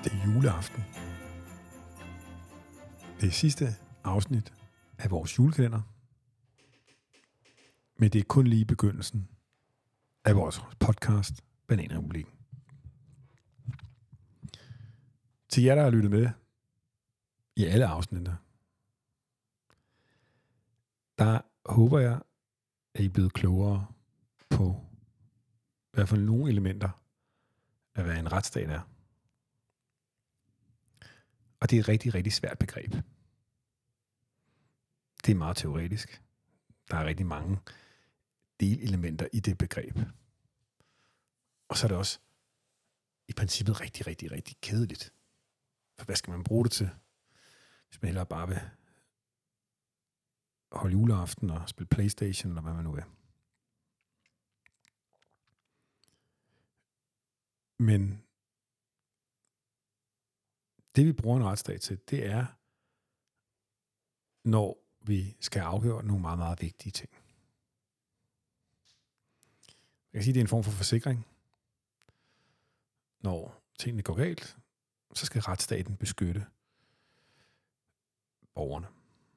Det er juleaften. Det er sidste afsnit af vores julekalender. Men det er kun lige begyndelsen af vores podcast, Bananrepublikken. Til jer, der har lyttet med i alle afsnittene, der håber jeg, at I er blevet klogere på i hvert fald nogle elementer af, hvad en retsstat er. Og det er et rigtig, rigtig svært begreb. Det er meget teoretisk. Der er rigtig mange delelementer i det begreb. Og så er det også i princippet rigtig, rigtig, rigtig kedeligt. For hvad skal man bruge det til, hvis man hellere bare vil holde juleaften og spille PlayStation, eller hvad man nu vil. Men det vi bruger en retsstat til, det er, når vi skal afgøre nogle meget, meget vigtige ting. Jeg kan sige, at det er en form for forsikring. Når tingene går galt, så skal retsstaten beskytte borgerne.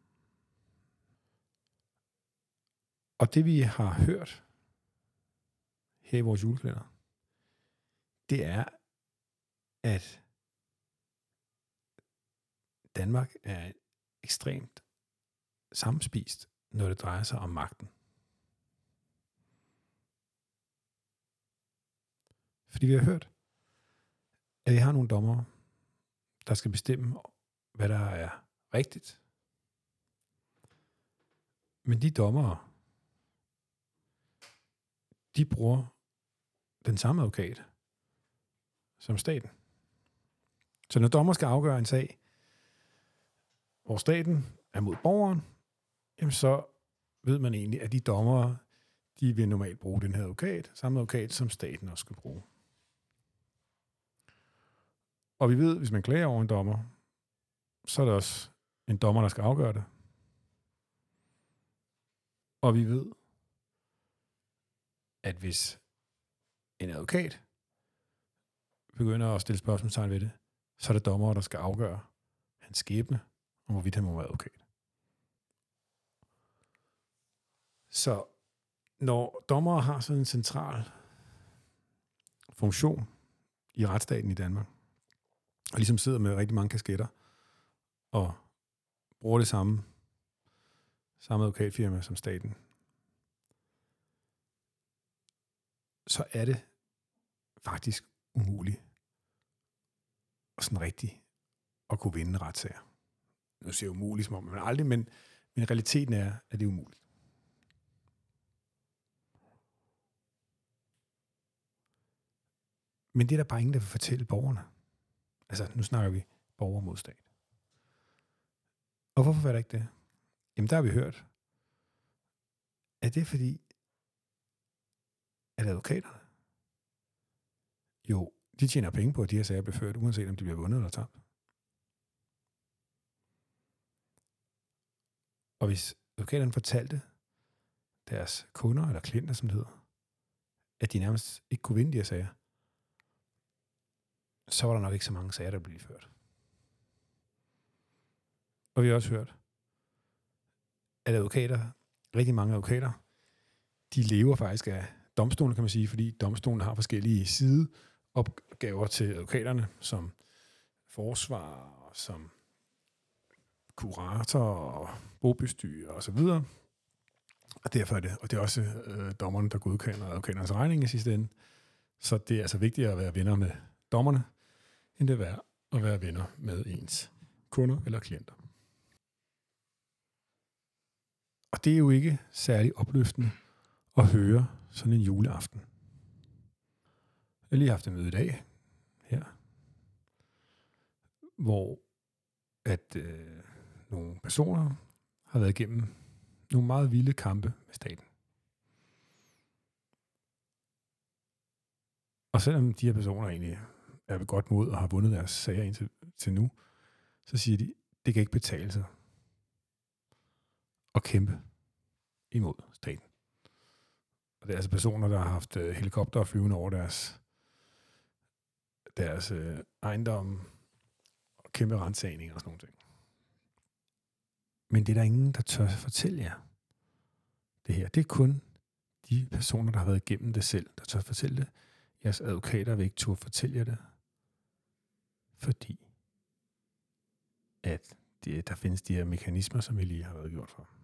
Og det vi har hørt her i vores julekalender, det er, at Danmark er ekstremt sammenspist, når det drejer sig om magten. Fordi vi har hørt, at vi har nogle dommere, der skal bestemme, hvad der er rigtigt. Men de dommere, de bruger den samme advokat som staten. Så når dommer skal afgøre en sag, hvor staten er mod borgeren, jamen så ved man egentlig, at de dommere, de vil normalt bruge den her advokat, samme advokat, som staten også skal bruge. Og vi ved, hvis man klager over en dommer, så er det også en dommer, der skal afgøre det. Og vi ved, at hvis en advokat begynder at stille spørgsmålstegn ved det, så er det dommer, der skal afgøre hans skæbne, og hvorvidt han må være advokat. Så når dommere har sådan en central funktion i retsstaten i Danmark, og ligesom sidder med rigtig mange kasketter, og bruger det samme advokatfirma som staten, så er det faktisk umuligt og sådan rigtigt at kunne vinde retssager. Nu siger jeg umuligt, som om man aldrig, men realiteten er, at det er umuligt. Men det er der bare ingen, der vil fortælle borgerne. Altså, nu snakker vi borger mod stat. Og hvorfor er der ikke det? Jamen, der har vi hørt, at det er fordi, at advokaterne, jo, de tjener penge på, at de her sager bliver ført, uanset om de bliver vundet eller tabt. Og hvis advokaterne fortalte deres kunder, eller klienter, som det hedder, at de nærmest ikke kunne vinde de her sager, så var der nok ikke så mange sager, der blev ført. Og vi har også hørt, at advokater, rigtig mange advokater, de lever faktisk af domstolen, kan man sige, fordi domstolen har forskellige sideopgaver til advokaterne, som forsvar, som kurator og bobestyrer og så videre. Og derfor er det, og det er også dommerne, der godkender advokaternes regning i sidste ende. Så det er altså vigtigt at være venner med dommerne, end det er at være venner med ens kunder eller klienter. Og det er jo ikke særlig opløftende at høre sådan en juleaften. Jeg har lige haft et møde i dag her, hvor at nogle personer har været igennem nogle meget vilde kampe med staten. Og selvom de her personer egentlig er ved godt mod og har vundet deres sager indtil nu, så siger de, det kan ikke betale sig at kæmpe imod staten. Og det er altså personer, der har haft helikopter flyvende over deres ejendom, kæmpe rensagninger og sådan nogle ting. Men det er der ingen, der tør fortælle jer det her. Det er kun de personer, der har været igennem det selv, der tør fortælle det. Jeres advokater vil ikke turde fortælle jer det, fordi at der findes de her mekanismer, som vi lige har været gjort for.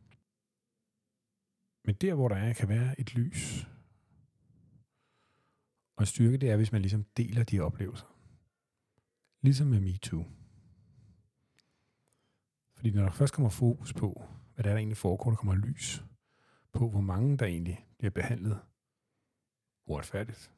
Men der, hvor der kan være et lys og en styrke, det er, hvis man ligesom deler de oplevelser. Ligesom med MeToo. Fordi når der først kommer fokus på, hvad der egentlig foregår, der kommer lys på, hvor mange der egentlig bliver behandlet uretfærdigt,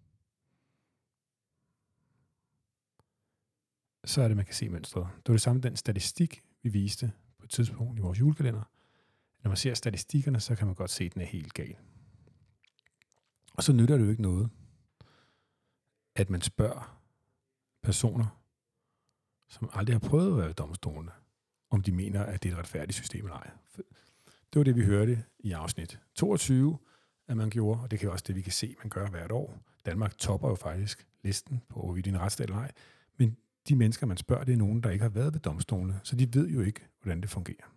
så er det, man kan se mønstret. Det var det samme den statistik, vi viste på et tidspunkt i vores julekalender. Når man ser statistikkerne, så kan man godt se, at den er helt gal. Og så nytter det jo ikke noget, at man spørger personer, som aldrig har prøvet at være ved domstolene, om de mener, at det er et retfærdigt system eller ej. Det var det, vi hørte i afsnit 22, at man gjorde, og det kan også det, vi kan se, man gør hvert år. Danmark topper jo faktisk listen på, hvorvidt det er en retsstat eller ej. Men de mennesker, man spørger, det er nogen, der ikke har været ved domstolene, så de ved jo ikke, hvordan det fungerer.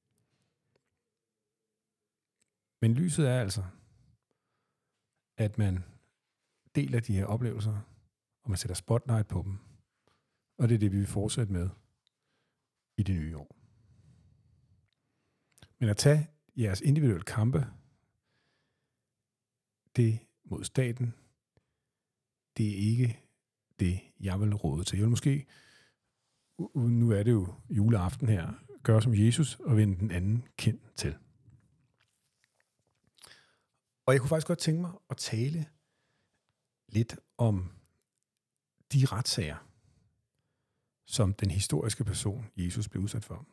Men lyset er altså, at man deler de her oplevelser, og man sætter spotlight på dem. Og det er det, vi vil fortsætte med i det nye år. Men at tage jeres individuelle kampe, det mod staten, det er ikke det, jeg vil råde til. Jeg vil måske, nu er det jo juleaften her, gøre som Jesus og vende den anden kind til. Og jeg kunne faktisk godt tænke mig at tale lidt om de retssager, som den historiske person, Jesus, blev udsat for.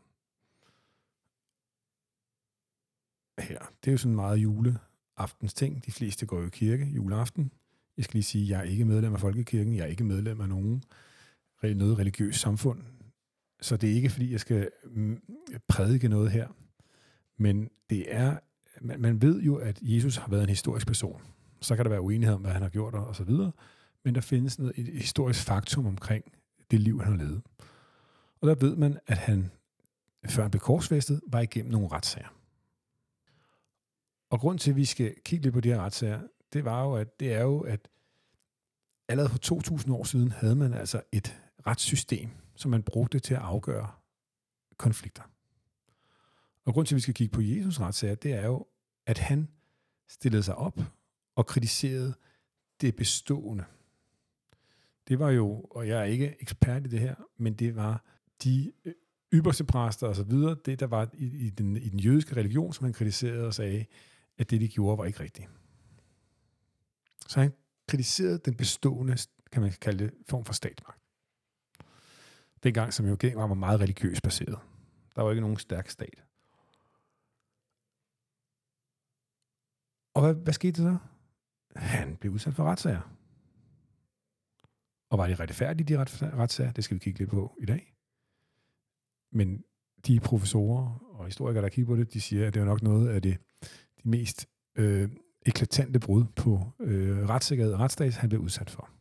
Her, det er jo sådan meget juleaftens ting. De fleste går jo i kirke juleaften. Jeg skal lige sige, at jeg er ikke medlem af Folkekirken. Jeg er ikke medlem af noget religiøst samfund. Så det er ikke, fordi jeg skal prædike noget her. Men det er, man ved jo, at Jesus har været en historisk person. Så kan der være uenighed om, hvad han har gjort og så videre. Men der findes et historisk faktum omkring det liv, han har levet. Og der ved man, at han, før han blev korsfæstet, var igennem nogle retssager. Og grund til, at vi skal kigge lidt på de her retssager, det er jo, at allerede for 2000 år siden havde man altså et retssystem, som man brugte til at afgøre konflikter. Og grund til, at vi skal kigge på Jesus retssager, det er jo, at han stillede sig op og kritiserede det bestående. Det var jo, og jeg er ikke ekspert i det her, men det var de ypperste præster og så videre, det der var i den jødiske religion, som han kritiserede og sagde, at det de gjorde var ikke rigtigt. Så han kritiserede den bestående, kan man kalde det, form for statsmagt. Dengang, som jo var meget religiøst baseret. Der var ikke nogen stærk stat. Og hvad skete der så? Han blev udsat for retssager. Og var de retfærdige, de retssager? Det skal vi kigge lidt på i dag. Men de professorer og historikere, der kigger på det, de siger, at det er nok noget af de mest eklatante brud på retssikkerhed og retsstat, han blev udsat for.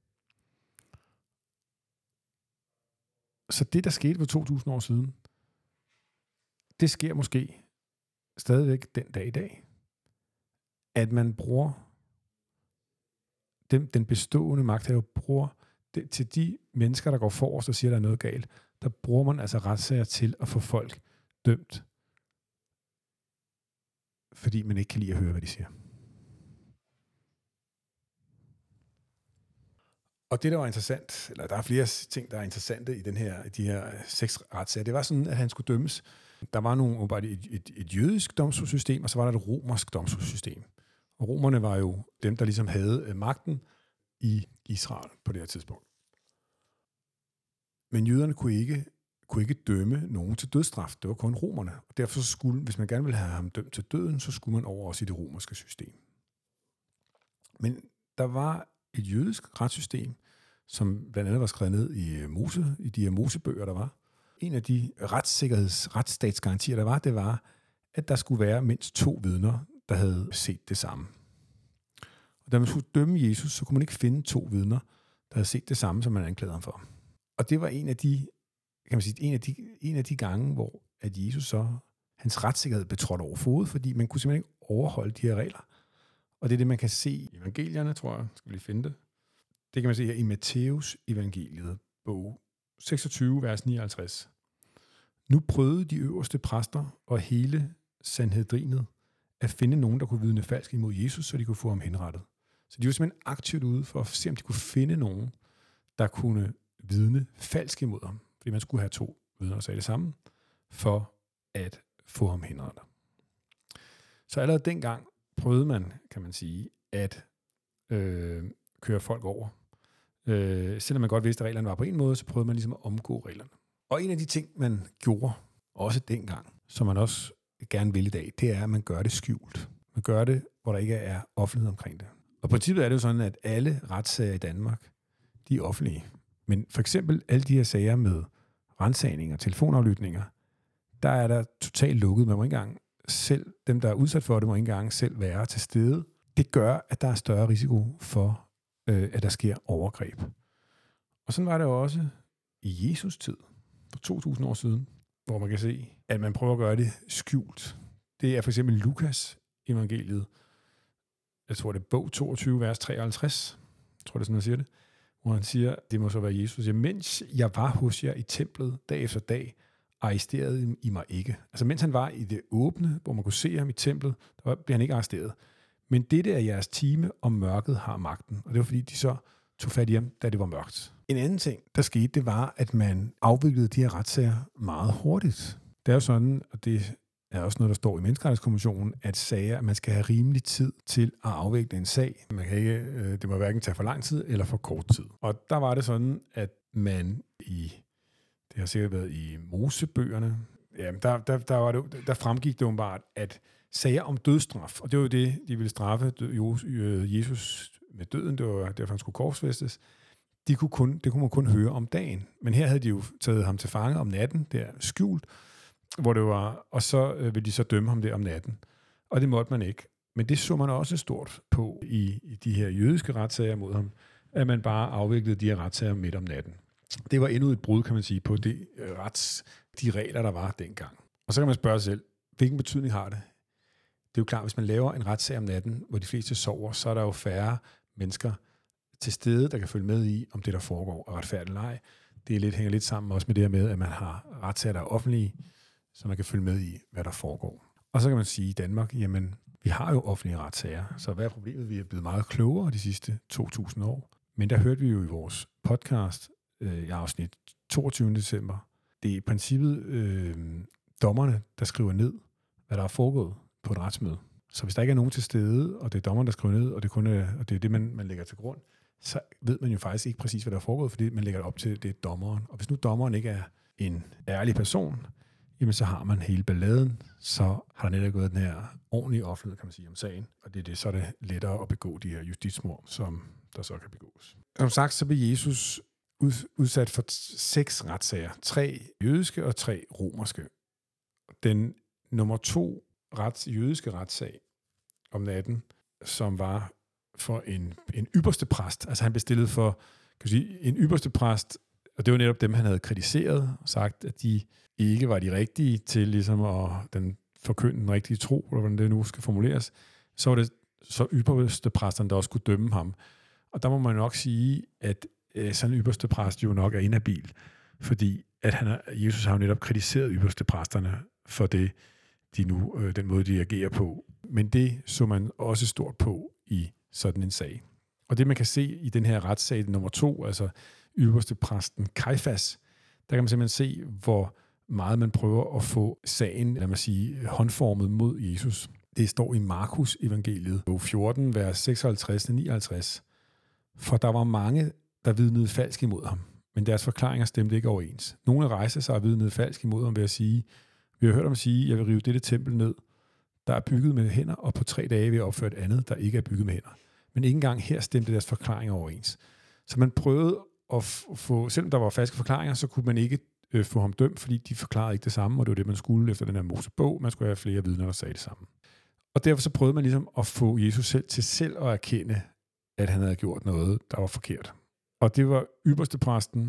Så det, der skete for 2000 år siden, det sker måske stadigvæk den dag i dag. At man bruger den bestående magthaver, bruger det, til de mennesker, der går forrest og siger, at der er noget galt, der bruger man altså retssager til at få folk dømt, fordi man ikke kan lide at høre, hvad de siger. Og det, der var interessant, eller der er flere ting, der er interessante i de her 6 retssager, det var sådan, at han skulle dømmes. Der var et jødisk domstolssystem, og så var der et romersk domstolssystem. Og romerne var jo dem, der ligesom havde magten i Israel på det her tidspunkt. Men jøderne kunne ikke dømme nogen til dødsstraf. Det var kun romerne. Og derfor skulle, hvis man gerne ville have ham dømt til døden, så skulle man over også i det romerske system. Men der var et jødisk retssystem, som blandt andet var skrevet ned i de her Mosebøger, der var. En af de retsstatsgarantier, der var, det var, at der skulle være mindst 2 vidner, der havde set det samme. Og da man skulle dømme Jesus, så kunne man ikke finde 2 vidner, der havde set det samme, som man anklagede ham for. Og det var en af de gange, hvor at Jesus så, hans retssikkerhed blev trådt over fod, fordi man kunne simpelthen ikke overholde de her regler. Og det er det, man kan se i evangelierne, tror jeg. Skal vi lige finde det? Det kan man se her i Matteus evangeliet, bog 26, vers 59. Nu prøvede de øverste præster og hele Sanhedrinet at finde nogen, der kunne vidne falsk imod Jesus, så de kunne få ham henrettet. Så de var simpelthen aktivt ude for at se, om de kunne finde nogen, der kunne vidne falsk imod ham. Fordi man skulle have 2 vidner, der sagde det samme, for at få ham henrettet. Så allerede dengang prøvede man, kan man sige, at køre folk over. Selvom man godt vidste, at reglerne var på en måde, så prøvede man ligesom at omgå reglerne. Og en af de ting, man gjorde, også dengang, som man også gerne vil i dag, det er, at man gør det skjult. Man gør det, hvor der ikke er offentlighed omkring det. Og princippet er det jo sådan, at alle retssager i Danmark, de er offentlige. Men for eksempel alle de her sager med ransagninger, telefonaflytninger, der er der totalt lukket. Man må ikke engang selv, dem der er udsat for det, må ikke engang selv være til stede. Det gør, at der er større risiko for, at der sker overgreb. Og sådan var det også i Jesus tid, for 2000 år siden, hvor man kan se, at man prøver at gøre det skjult. Det er for eksempel Lukas evangeliet. Jeg tror, det er bog 22, vers 53. Jeg tror, det er sådan, han siger det. Hvor han siger, det må så være Jesus. Ja, mens jeg var hos jer i templet dag efter dag, arresterede I mig ikke. Altså mens han var i det åbne, hvor man kunne se ham i templet, der blev han ikke arresteret. Men dette er jeres time, og mørket har magten. Og det var fordi, de så tog fat i ham, da det var mørkt. En anden ting, der skete, det var, at man afviklede de her retssager meget hurtigt. Det er jo sådan, og det er også noget, der står i Menneskerettighedskonventionen, at sager, at man skal have rimelig tid til at afvikle en sag. Man kan ikke, det må hverken tage for lang tid eller for kort tid. Og der var det sådan, at man det har sikkert været i Mosebøgerne, jamen der fremgik det åbenbart, at sager om dødsstraf, og det var jo det, de ville straffe Jesus med døden, det var derfor, han skulle korsfæstes, det kunne man kun høre om dagen. Men her havde de jo taget ham til fange om natten, der skjult, hvor det var, og så ville de så dømme ham der om natten. Og det måtte man ikke. Men det så man også stort på i de her jødiske retssager mod ham, at man bare afviklede de her retssager midt om natten. Det var endnu et brud, kan man sige, på de regler, der var dengang. Og så kan man spørge sig selv, hvilken betydning har det? Det er jo klart, hvis man laver en retssag om natten, hvor de fleste sover, så er der jo færre mennesker til stede, der kan følge med i, om det, der foregår, er retfærdigt eller ej. Det hænger lidt sammen også med det her med, at man har retssager, der er offentlige, så man kan følge med i, hvad der foregår. Og så kan man sige i Danmark, jamen, vi har jo offentlige retssager, så hvad er problemet? Vi er blevet meget klogere de sidste 2000 år. Men der hørte vi jo i vores podcast i afsnit 22. december. Det er i princippet dommerne, der skriver ned, hvad der er foregået på et retsmøde. Så hvis der ikke er nogen til stede, og det er dommeren, der skriver ned, og det er det, man lægger til grund, så ved man jo faktisk ikke præcis, hvad der er foregået, fordi man lægger det op til det dommeren. Og hvis nu dommeren ikke er en ærlig person, jamen så har man hele balladen, så har der netop gået den her ordentlige offentlighed, kan man sige, om sagen. Og så er det lettere at begå de her justitsmord, som der så kan begås. Som sagt, så blev Jesus udsat for 6 retssager. 3 jødiske og 3 romerske. Den nummer 2 jødiske retssag om natten, som var for en ypperste præst. Altså han blev stillet for, kan man sige, en ypperste præst, og det var netop dem, han havde kritiseret og sagt, at de ikke var de rigtige til ligesom at forkynde den rigtige tro, eller hvordan det nu skal formuleres. Så var det så ypperste præsterne, der også skulle dømme ham. Og der må man nok sige, at sådan en ypperste præst jo nok er inhabil, fordi at Jesus har jo netop kritiseret ypperste præsterne for det, den måde, de agerer på. Men det så man også stort på i sådan en sag. Og det, man kan se i den her retssag nummer 2, altså ypperste præsten Kajfas, der kan man simpelthen se, hvor meget man prøver at få sagen, lad mig sige, håndformet mod Jesus. Det står i Markus evangeliet, bog 14, vers 56-59. For der var mange, der vidnede falsk imod ham, men deres forklaringer stemte ikke overens. Nogle rejste sig og vidnede falsk imod ham ved at sige, vi har hørt ham sige, jeg vil rive dette tempel ned, der er bygget med hænder, og på 3 dage vil jeg opføre et andet, der ikke er bygget med hænder. Men ikke engang her stemte deres forklaringer overens. Så man prøvede at få, selvom der var falske forklaringer, så kunne man ikke få ham dømt, fordi de forklarede ikke det samme, og det var det, man skulle efter den her Mosebog. Man skulle have flere vidner, der sagde det samme. Og derfor så prøvede man ligesom at få Jesus selv at erkende, at han havde gjort noget, der var forkert. Og det var ypperste præsten,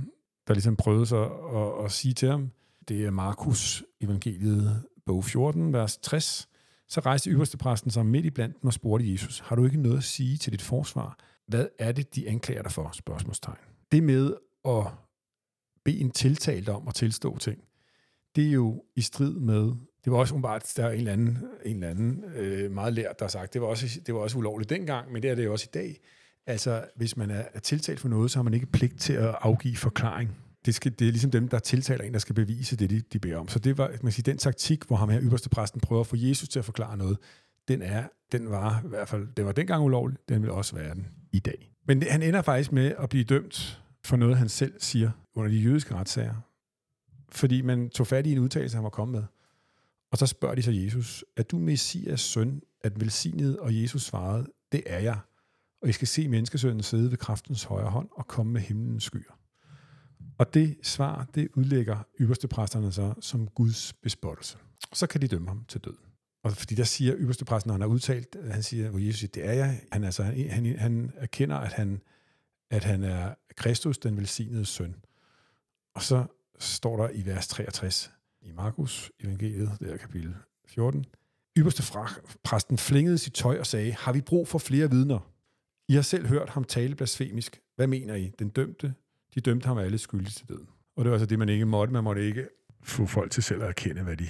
der ligesom prøvede så at sige til ham. Det er Markus evangeliet, bog 14, vers 60. Så rejste ypperstepræsten sig midt i blandt dem og spurgte Jesus, har du ikke noget at sige til dit forsvar? Hvad er det, de anklager dig for? Spørgsmålstegn. Det med at bede en tiltalt om at tilstå ting, det er jo i strid med, det var også umiddelbart, der er en eller anden meget lært, der har sagt, det var også ulovligt dengang, men det er det jo også i dag. Altså, hvis man er tiltalt for noget, så har man ikke pligt til at afgive forklaring. Det er ligesom dem, der tiltaler en, der skal bevise det, de beder om. Så det var, man siger, den taktik, hvor ham her ypperstepræsten prøver at få Jesus til at forklare noget, den var i hvert fald, det var dengang ulovlig, den vil også være den i dag. Men han ender faktisk med at blive dømt for noget, han selv siger under de jødiske retssager. Fordi man tog fat i en udtalelse, han var kommet med. Og så spørger de så Jesus, er du Messias søn, at velsignet? Og Jesus svarede, det er jeg. Og I skal se menneskesønnen sidde ved kraftens højre hånd og komme med himlens skyer. Og det svar, det udlægger ypperstepræsterne så som Guds bespottelse. Så kan de dømme ham til død. Og fordi der siger ypperstepræsten, når han har udtalt, han siger, hvor Jesus siger, det er jeg. Han erkender, at han er Kristus, den velsignede søn. Og så står der i vers 63 i Markus evangeliet, det er kapitel 14. Ypperstepræsten flingede sit tøj og sagde, har vi brug for flere vidner? I har selv hørt ham tale blasfemisk. Hvad mener I? De dømte ham alle skyldige til døden. Og det var altså det, man ikke måtte. Man måtte ikke få folk til selv at erkende, hvad de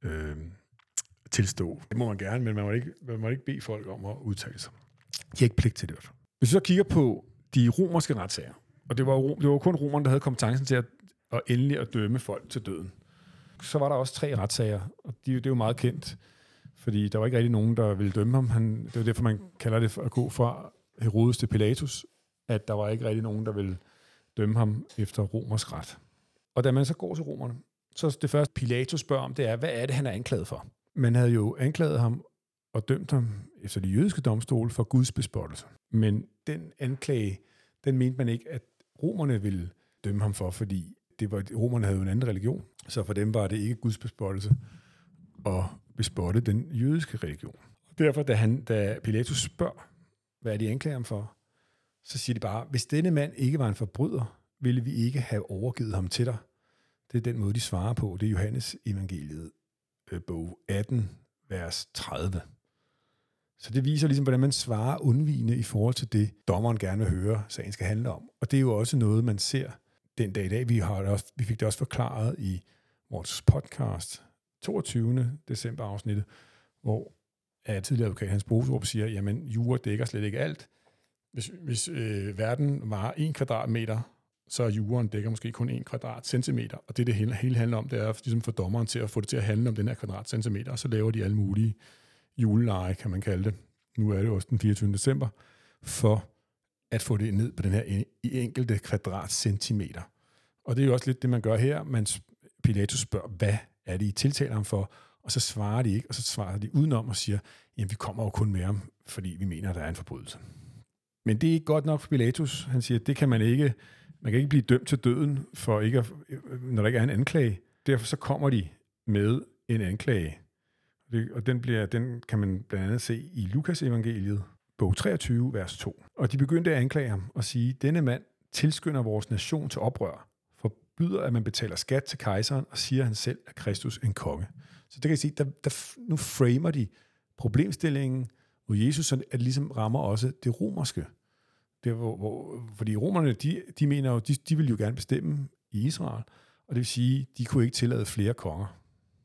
tilstod. Det må man gerne, men man må ikke bede folk om at udtale sig. De har ikke pligt til det. Hvis vi så kigger på de romerske retssager, og det var kun romerne, der havde kompetencen til at endelig at dømme folk til døden. Så var der også 3 retssager, og det er jo meget kendt, fordi der var ikke rigtig nogen, der ville dømme ham. Det er derfor, man kalder det for at gå fra Herodes til Pilatus, at der var ikke rigtig nogen, der ville dømme ham efter romersk ret. Og da man så går til romerne, så det første Pilatus spørger om, det er, hvad er det, han er anklaget for? Man havde jo anklaget ham og dømt ham efter de jødiske domstole for Guds bespottelse. Men den anklage, den mente man ikke, at romerne ville dømme ham for, fordi romerne havde jo en anden religion, så for dem var det ikke Guds bespottelse at bespotte den jødiske religion. Derfor, da Pilatus spørger, hvad er de anklager ham for, så siger de bare, hvis denne mand ikke var en forbryder, ville vi ikke have overgivet ham til dig. Det er den måde, de svarer på. Det er Johannes evangeliet, bog 18, vers 30. Så det viser ligesom, hvordan man svarer undvigende i forhold til det, dommeren gerne vil høre, sagen skal handle om. Og det er jo også noget, man ser den dag i dag. Vi fik det også forklaret i vores podcast, 22. december afsnittet, hvor tidligere advokat Hans Boserup siger, jamen jura dækker slet ikke alt. Hvis verden var 1 kvadratmeter, så juraen dækker måske kun 1 kvadratcentimeter. Og det hele handler om, det er ligesom for dommeren til at få det til at handle om den her kvadratcentimeter, og så laver de alle mulige juleleje, kan man kalde det. Nu er det også den 24. december, for at få det ned på den her enkelte kvadratcentimeter. Og det er jo også lidt det, man gør her. Pilatus spørger, hvad er det, I tiltaler ham for? Og så svarer de ikke, og så svarer de udenom og siger, jamen vi kommer jo kun med ham, fordi vi mener, at der er en forbrydelse. Men det er ikke godt nok for Pilatus. Han siger, at det kan man ikke blive dømt til døden, for ikke når der ikke er en anklage. Derfor så kommer de med en anklage. Og den kan man blandt andet se i Lukas evangeliet, bog 23, vers 2. Og de begyndte at anklage ham og sige, denne mand tilskynder vores nation til oprør, forbyder, at man betaler skat til kejseren, og siger, at han selv er Kristus en konge. Så det kan I sige, nu framer de problemstillingen, hvor Jesus så at ligesom rammer også det romerske. Fordi romerne, de mener jo, de vil jo gerne bestemme i Israel, og det vil sige, de kunne ikke tillade flere konger.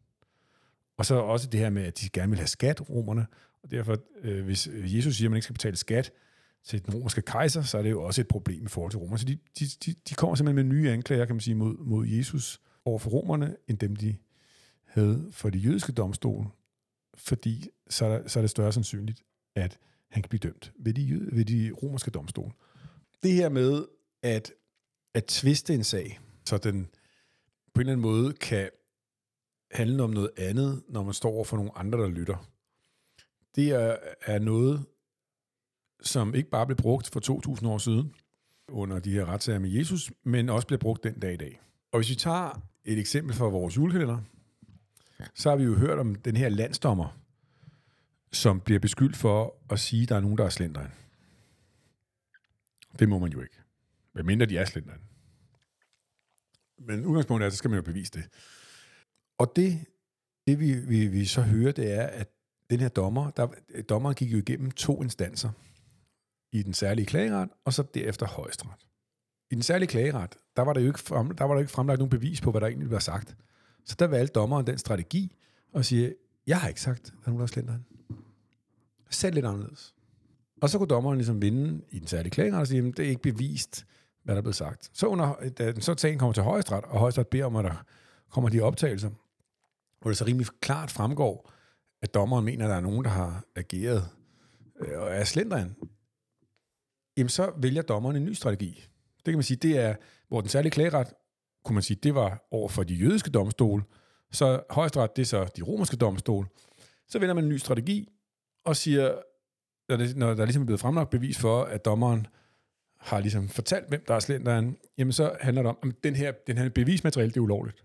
Og så også det her med, at de gerne vil have skat, romerne, og derfor, hvis Jesus siger, at man ikke skal betale skat til den romerske kejser, så er det jo også et problem i forhold til romerne. Så de kommer simpelthen med nye anklager, kan man sige, mod Jesus over for romerne, end dem de havde for de jødiske domstole, fordi så er det større sandsynligt, at han kan blive dømt ved de romerske domstole. Det her med at tviste en sag, så den på en eller anden måde kan handle om noget andet, når man står over for nogle andre, der lytter. Det er noget, som ikke bare blev brugt for 2000 år siden, under de her retssager med Jesus, men også bliver brugt den dag i dag. Og hvis vi tager et eksempel fra vores julekalender, så har vi jo hørt om den her landsdommer, som bliver beskyldt for at sige, at der er nogen, der er slendrian. Det må man jo ikke. Hvad mindre de er slendrian. Men udgangspunktet er, så skal man jo bevise det. Og det vi så hører, det er, at den her dommeren gik jo igennem 2 instanser. I den særlige klageret, og så derefter højesteret. I den særlige klageret, der var der jo ikke fremlagt nogen bevis på, hvad der egentlig var sagt. Så der valgte dommeren den strategi, og siger, jeg har ikke sagt, at der er nogen, der slender han. Sæt lidt anderledes. Og så kunne dommeren ligesom vinde i den særlige klageret, og sige, det er ikke bevist, hvad der er blevet sagt. Så sagen kommer til højesteret, og højesteret beder om, at der kommer de optagelser, hvor det så rimelig klart fremgår, at dommeren mener, at der er nogen, der har ageret og er slenderen. Jamen så vælger dommeren en ny strategi. Det kan man sige, det er, hvor den særlige klageret, kunne man sige, det var over for de jødiske domstole, så højesteret, det er så de romerske domstole. Så vælger man en ny strategi, og siger, når der ligesom er blevet fremlagt bevis for, at dommeren har ligesom fortalt, hvem der er slenderen, jamen så handler det om, at den her bevismateriale, det er ulovligt.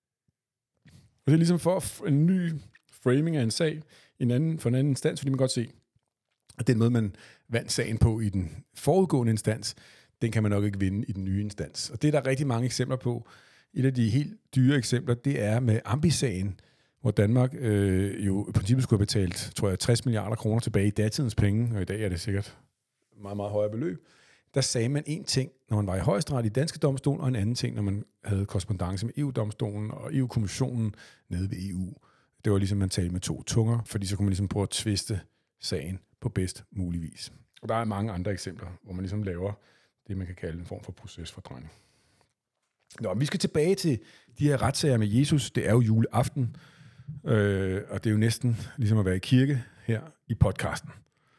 Og det er ligesom for en ny framing af en sag for en anden instans, fordi man godt se, at den måde, man vandt sagen på i den forudgående instans, den kan man nok ikke vinde i den nye instans. Og det er der rigtig mange eksempler på. Et af de helt dyre eksempler, det er med Ambi-sagen, hvor Danmark jo i princippet skulle have betalt, tror jeg, 60 milliarder kroner tilbage i datidens penge, og i dag er det sikkert meget, meget højere beløb. Der sagde man en ting, når man var i højesteret i danske domstol, og en anden ting, når man havde korrespondance med EU-domstolen og EU-kommissionen nede ved EU. Det var ligesom, man talte med 2 tunger, fordi så kunne man ligesom prøve at tviste sagen på bedst mulig vis. Og der er mange andre eksempler, hvor man ligesom laver det, man kan kalde en form for procesfordrejning. Nå, vi skal tilbage til de her retssager med Jesus. Det er jo juleaften, og det er jo næsten ligesom at være i kirke her i podcasten.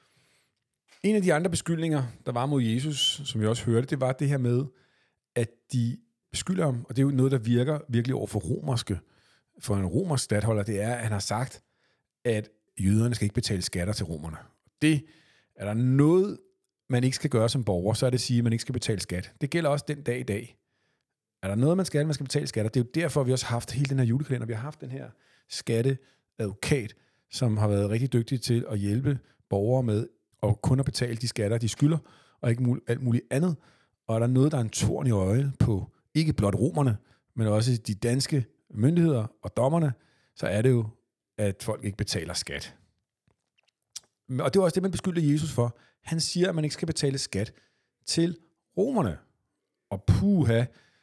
En af de andre beskyldninger, der var mod Jesus, som vi også hørte, det var det her med, at de beskylder ham, og det er jo noget, der virker virkelig over for en romersk statholder, det er, at han har sagt, at jøderne skal ikke betale skatter til romerne. Det er der noget, man ikke skal gøre som borger, så er det at sige, at man ikke skal betale skat. Det gælder også den dag i dag. Er der noget, man skal betale skatter? Det er jo derfor, vi også har haft hele den her julekalender. Vi har haft den her skatteadvokat, som har været rigtig dygtig til at hjælpe borgere med at kun at betale de skatter, de skylder, og ikke alt muligt andet. Og er der noget, der er en torn i øjet på ikke blot romerne, men også de danske myndigheder og dommerne, så er det jo, at folk ikke betaler skat. Og det var også det, man beskyldte Jesus for. Han siger, at man ikke skal betale skat til romerne. Og puha,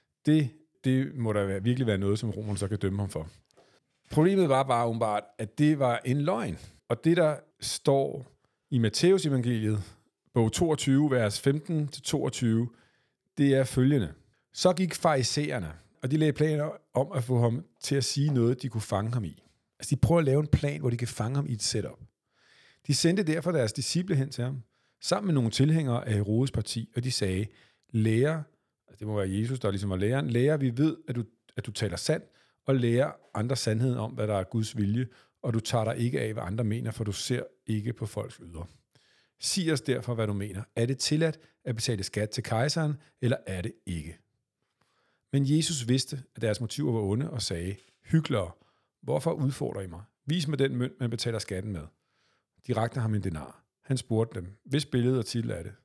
det må der virkelig være noget, som romerne så kan dømme ham for. Problemet var bare umiddelbart, at det var en løgn. Og det, der står i Matteus evangeliet, bog 22, vers 15-22, det er følgende. Så gik farisæerne, og de lagde planer om at få ham til at sige noget, de kunne fange ham i. Altså, de prøver at lave en plan, hvor de kan fange ham i et setup. De sendte derfor deres disciple hen til ham, sammen med nogle tilhængere af Herodes parti, og de sagde, lærer, det må være Jesus, der ligesom var læreren, lærer, vi ved, at du taler sandt, og lærer andre sandheden om, hvad der er Guds vilje, og du tager dig ikke af, hvad andre mener, for du ser ikke på folks ydre. Sig os derfor, hvad du mener. Er det tilladt at betale skat til kejseren, eller er det ikke? Men Jesus vidste, at deres motiver var onde, og sagde, hyklere, hvorfor udfordrer I mig? Vis mig den mønt, man betaler skatten med. De rakte ham en denar. Han spurgte dem, hvis billede og titel er det?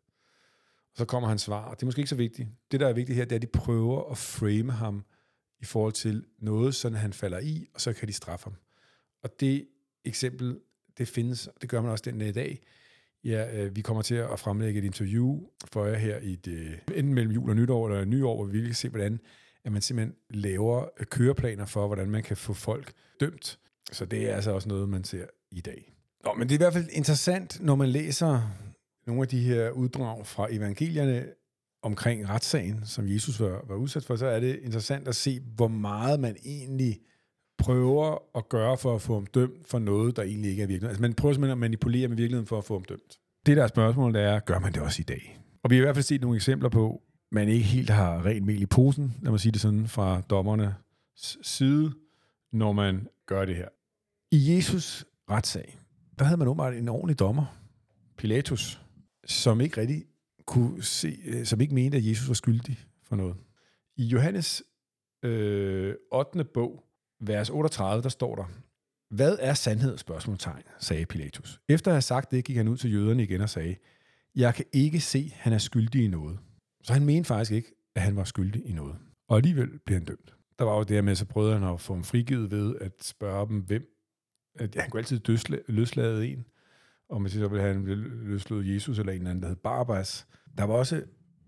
Og så kommer hans svar, og det er måske ikke så vigtigt. Det, der er vigtigt her, det er, at de prøver at frame ham i forhold til noget, sådan han falder i, og så kan de straffe ham. Og det eksempel, det findes, det gør man også den i dag. Ja, vi kommer til at fremlægge et interview for jer her i enten mellem jul og nytår, eller nyår, hvor vi virkelig se, hvordan at man simpelthen laver køreplaner for, hvordan man kan få folk dømt. Så det er altså også noget, man ser i dag. Nå, men det er i hvert fald interessant, når man læser nogle af de her uddrag fra evangelierne omkring retssagen, som Jesus var udsat for, så er det interessant at se, hvor meget man egentlig prøver at gøre for at få ham dømt for noget, der egentlig ikke er virkelighed. Altså man prøver simpelthen at manipulere med virkeligheden for at få ham dømt. Det der spørgsmål er, gør man det også i dag? Og vi har i hvert fald set nogle eksempler på, at man ikke helt har rent mel i posen, lad mig sige det sådan, fra dommernes side, når man gør det her. I Jesus retssag, der havde man åbenbart en ordentlig dommer, Pilatus, som ikke rigtig kunne se, som ikke mente, at Jesus var skyldig for noget. I Johannes 8. bog, vers 38, der står der, hvad er sandhed? Spørgsmålstegn, sagde Pilatus. Efter at have sagt det, gik han ud til jøderne igen og sagde, jeg kan ikke se, at han er skyldig i noget. Så han mente faktisk ikke, at han var skyldig i noget. Og alligevel blev han dømt. Der var jo det med, så prøvede han at få ham frigivet ved at spørge dem, hvem. Han kunne altid løslade en, og man siger, så ville han løslade Jesus eller en eller anden, der hed Barabbas. Der var også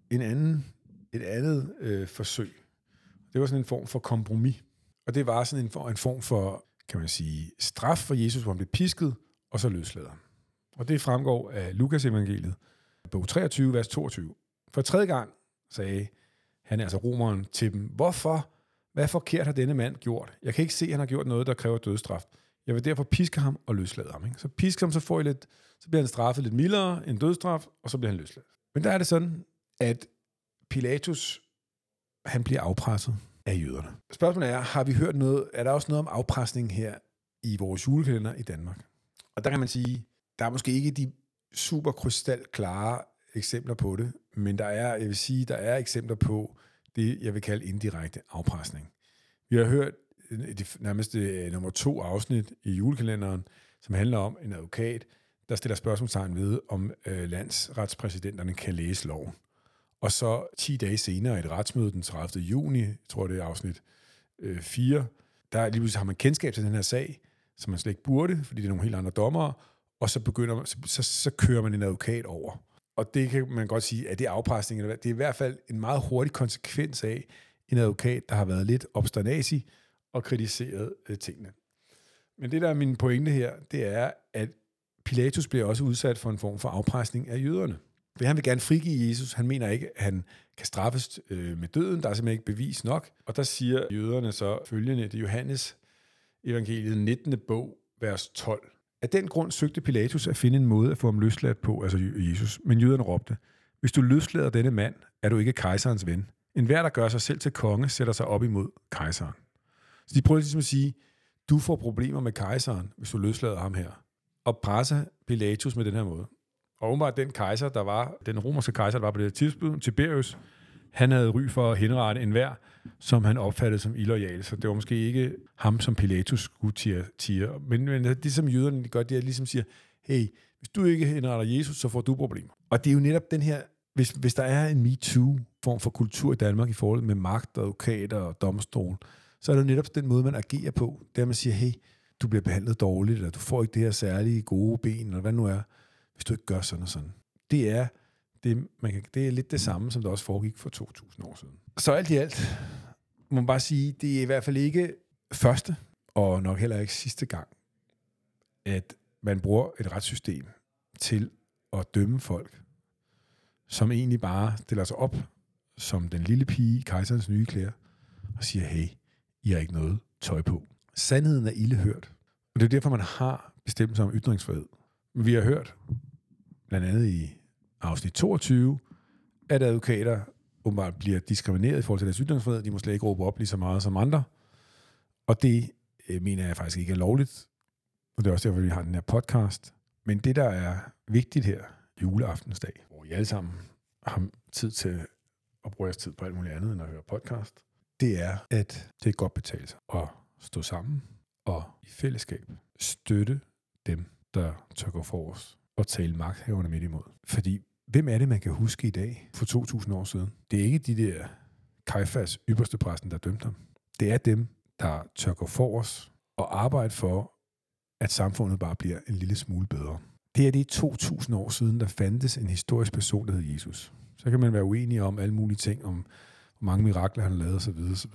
et andet forsøg. Det var sådan en form for kompromis. Og det var sådan en form for, kan man sige, straf for Jesus, hvor han blev pisket, og så løslader han. Og det fremgår af Lukas evangeliet, bog 23, vers 22. For tredje gang sagde han, altså romeren, til dem, hvorfor? Hvad forkert har denne mand gjort? Jeg kan ikke se, at han har gjort noget, der kræver dødsstraf. Jeg vil derfor piske ham og løslade ham. Ikke? Så piske ham, så bliver han straffet lidt mildere end dødsstraf, og så bliver han løsladt. Men der er det sådan, at Pilatus, han bliver afpresset af jøderne. Spørgsmålet er, har vi hørt noget, er der også noget om afpresning her i vores julekalender i Danmark? Og der kan man sige, der er måske ikke de super krystalklare eksempler på det, men der er eksempler på det, jeg vil kalde indirekte afpresning. Vi har hørt nærmest nummer 2 afsnit i julekalenderen, som handler om en advokat, der stiller spørgsmålstegn ved, om landsretspræsidenterne kan læse loven. Og så 10 dage senere, et retsmøde den 30. juni, jeg tror det er afsnit 4, der lige pludselig har man kendskab til den her sag, som man slet ikke burde, fordi det er nogle helt andre dommere, og så kører man en advokat over. Og det kan man godt sige, at det er afpresning. Det er i hvert fald en meget hurtig konsekvens af en advokat, der har været lidt obsternasig og kritiseret tingene. Men det, der er min pointe her, det er, at Pilatus bliver også udsat for en form for afpresning af jøderne. For han vil gerne frigive Jesus. Han mener ikke, at han kan straffes med døden. Der er simpelthen ikke bevis nok. Og der siger jøderne så følgende, det er Johannes evangeliet 19. bog, vers 12. Af den grund søgte Pilatus at finde en måde at få ham løsladt på, altså Jesus. Men jøderne råbte, hvis du løslader denne mand, er du ikke kejserens ven. Enhver, der gør sig selv til konge, sætter sig op imod kejseren. Så de prøver ligesom at sige, du får problemer med kejseren, hvis du løslader ham her. Og presser Pilatus med den her måde. Og åbenbart den kejser, der var, den romerske kejser, der var på det tidspunkt, Tiberius, han havde ry for at henrette enhver, som han opfattede som illoyal. Så det var måske ikke ham, som Pilatus skulle tire. Men det, som jøderne gør, det er ligesom siger, hey, hvis du ikke henretter Jesus, så får du problemer. Og det er jo netop den her, hvis der er en MeToo-form for kultur i Danmark i forhold med magt, advokater og domstol, så er det jo netop den måde, man agerer på. Det er, at man siger, hey, du bliver behandlet dårligt, eller du får ikke det her særlige gode ben, eller hvad nu er, hvis du ikke gør sådan og sådan. Det er lidt det samme, som der også foregik for 2000 år siden. Så alt i alt må man bare sige, det er i hvert fald ikke første, og nok heller ikke sidste gang, at man bruger et retssystem til at dømme folk, som egentlig bare stiller sig op som den lille pige i kejserens nye klæder, og siger, hey, I har ikke noget tøj på. Sandheden er ildehørt, og det er derfor, man har bestemmelser om ytringsfrihed. Vi har hørt, blandt andet i afsnit 22, at advokater åbenbart bliver diskrimineret i forhold til deres ytringsfrihed. De må slet ikke råbe op lige så meget som andre. Og det mener jeg faktisk ikke er lovligt. Og det er også derfor, vi har den her podcast. Men det, der er vigtigt her, juleaftensdag, hvor I alle sammen har tid til at bruge jeres tid på alt muligt andet, end at høre podcast, det er, at det er godt betalt sig at stå sammen og i fællesskab støtte dem, der tør gå for os og tale magthaverne midt imod. Fordi hvem er det, man kan huske i dag for 2000 år siden? Det er ikke de der Kajfas ypperste præsten, der dømte ham. Det er dem, der tør gå for os og arbejde for, at samfundet bare bliver en lille smule bedre. Det er det 2000 år siden, der fandtes en historisk person, der hed Jesus. Så kan man være uenig om alle mulige ting, om hvor mange mirakler han har lavet osv. osv.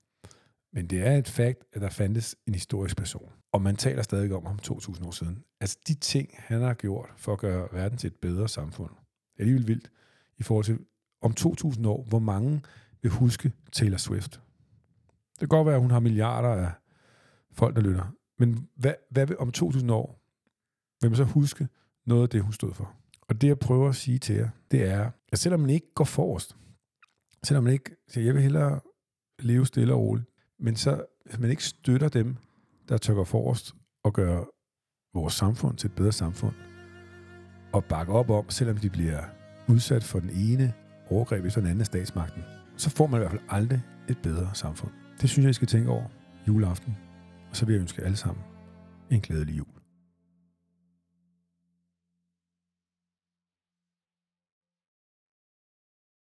Men det er et fakt, at der fandtes en historisk person. Og man taler stadig om ham 2000 år siden. Altså de ting, han har gjort for at gøre verden til et bedre samfund. Det er alligevel vildt i forhold til om 2000 år, hvor mange vil huske Taylor Swift. Det kan godt være, at hun har milliarder af folk, der lytter. Men hvad vil om 2000 år, vil man så huske noget af det, hun stod for? Og det, jeg prøver at sige til jer, det er, at selvom man ikke går forrest, selvom man ikke siger, jeg vil hellere leve stille og roligt, men så, hvis man ikke støtter dem, der tør gå forrest og gøre vores samfund til et bedre samfund, og bakke op om, selvom de bliver udsat for den ene overgreb efter den anden af statsmagten, så får man i hvert fald aldrig et bedre samfund. Det synes jeg, I skal tænke over juleaften. Og så vil jeg ønske alle sammen en glædelig jul.